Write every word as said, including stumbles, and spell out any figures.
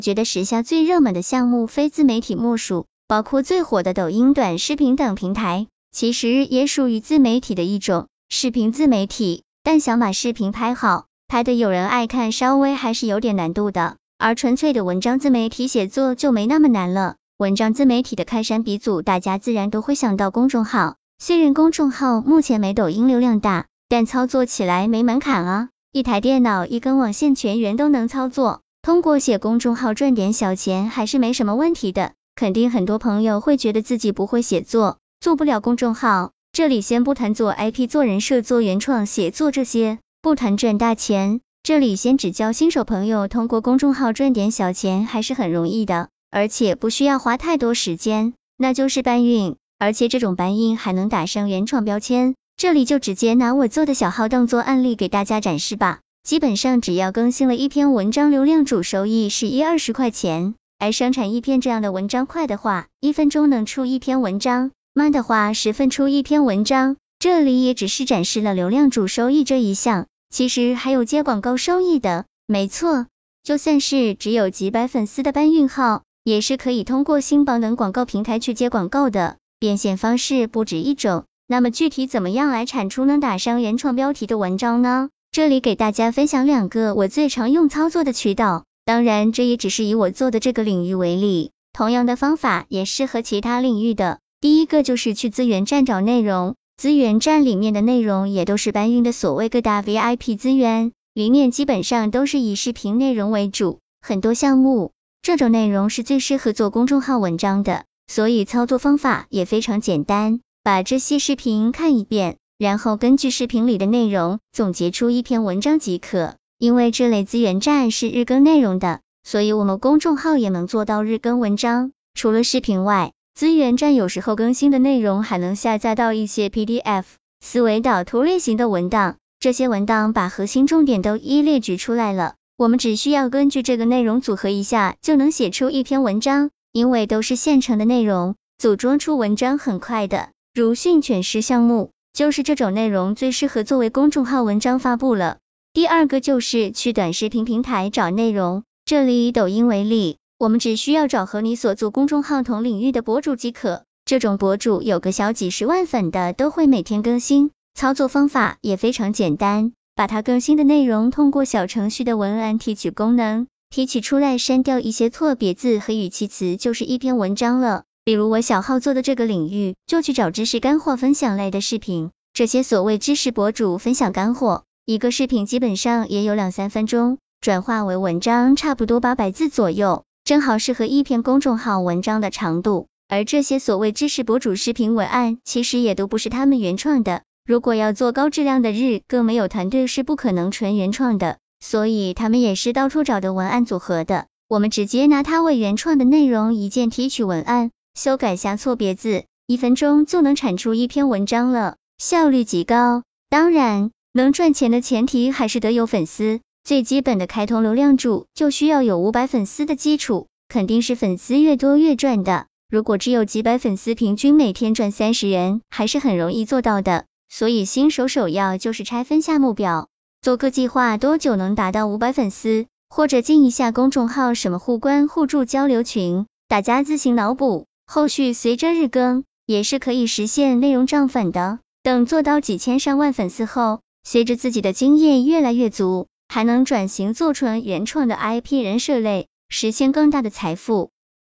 觉得时下最热门的项目非自媒体莫属，包括最火的抖音短视频等平台，其实也属于自媒体的一种，视频自媒体，但想把视频拍好，拍得有人爱看，稍微还是有点难度的，而纯粹的文章自媒体写作就没那么难了。文章自媒体的开山鼻祖，大家自然都会想到公众号，虽然公众号目前没抖音流量大，但操作起来没门槛啊，一台电脑一根网线全员都能操作，通过写公众号赚点小钱还是没什么问题的。肯定很多朋友会觉得自己不会写作，做不了公众号，这里先不谈做 I P 做人设做原创写作这些，不谈赚大钱，这里先只教新手朋友通过公众号赚点小钱还是很容易的，而且不需要花太多时间，那就是搬运，而且这种搬运还能打上原创标签，这里就直接拿我做的小号当做案例给大家展示吧。基本上只要更新了一篇文章，流量主收益是一二十块钱，而生产一篇这样的文章快的话，一分钟能出一篇文章，慢的话十分出一篇文章，这里也只是展示了流量主收益这一项，其实还有接广告收益的，没错，就算是只有几百粉丝的搬运号，也是可以通过新榜等广告平台去接广告的，变现方式不止一种。那么具体怎么样来产出能打上原创标题的文章呢？这里给大家分享两个我最常用操作的渠道，当然这也只是以我做的这个领域为例，同样的方法也适合其他领域的。第一个就是去资源站找内容，资源站里面的内容也都是搬运的所谓各大 V I P 资源，里面基本上都是以视频内容为主，很多项目，这种内容是最适合做公众号文章的，所以操作方法也非常简单，把这些视频看一遍，然后根据视频里的内容总结出一篇文章即可。因为这类资源站是日更内容的，所以我们公众号也能做到日更文章。除了视频外，资源站有时候更新的内容还能下载到一些 P D F、思维导图类型的文档，这些文档把核心重点都一列举出来了，我们只需要根据这个内容组合一下就能写出一篇文章，因为都是现成的内容，组装出文章很快的，如训犬式项目，就是这种内容最适合作为公众号文章发布了。第二个就是去短视频平台找内容，这里以抖音为例，我们只需要找和你所做公众号同领域的博主即可，这种博主有个小几十万粉的都会每天更新，操作方法也非常简单，把它更新的内容通过小程序的文案提取功能，提取出来删掉一些错别字和语气词，就是一篇文章了。比如我小号做的这个领域，就去找知识干货分享类的视频，这些所谓知识博主分享干货，一个视频基本上也有两三分钟，转化为文章差不多八百字左右，正好适合一篇公众号文章的长度。而这些所谓知识博主视频文案其实也都不是他们原创的，如果要做高质量的日更，没有团队是不可能纯原创的，所以他们也是到处找的文案组合的，我们直接拿它为原创的内容一键提取文案，修改下错别字，一分钟就能产出一篇文章了，效率极高。当然能赚钱的前提还是得有粉丝，最基本的开通流量主就需要有五百粉丝的基础，肯定是粉丝越多越赚的，如果只有几百粉丝，平均每天赚三十元还是很容易做到的，所以新手首要就是拆分下目标，做个计划，多久能达到五百粉丝，或者进一下公众号什么互关互助交流群，大家自行脑补，后续随着日更也是可以实现内容涨粉的。等做到几千上万粉丝后，随着自己的经验越来越足，还能转型做纯原创的 I P 人设类，实现更大的财富。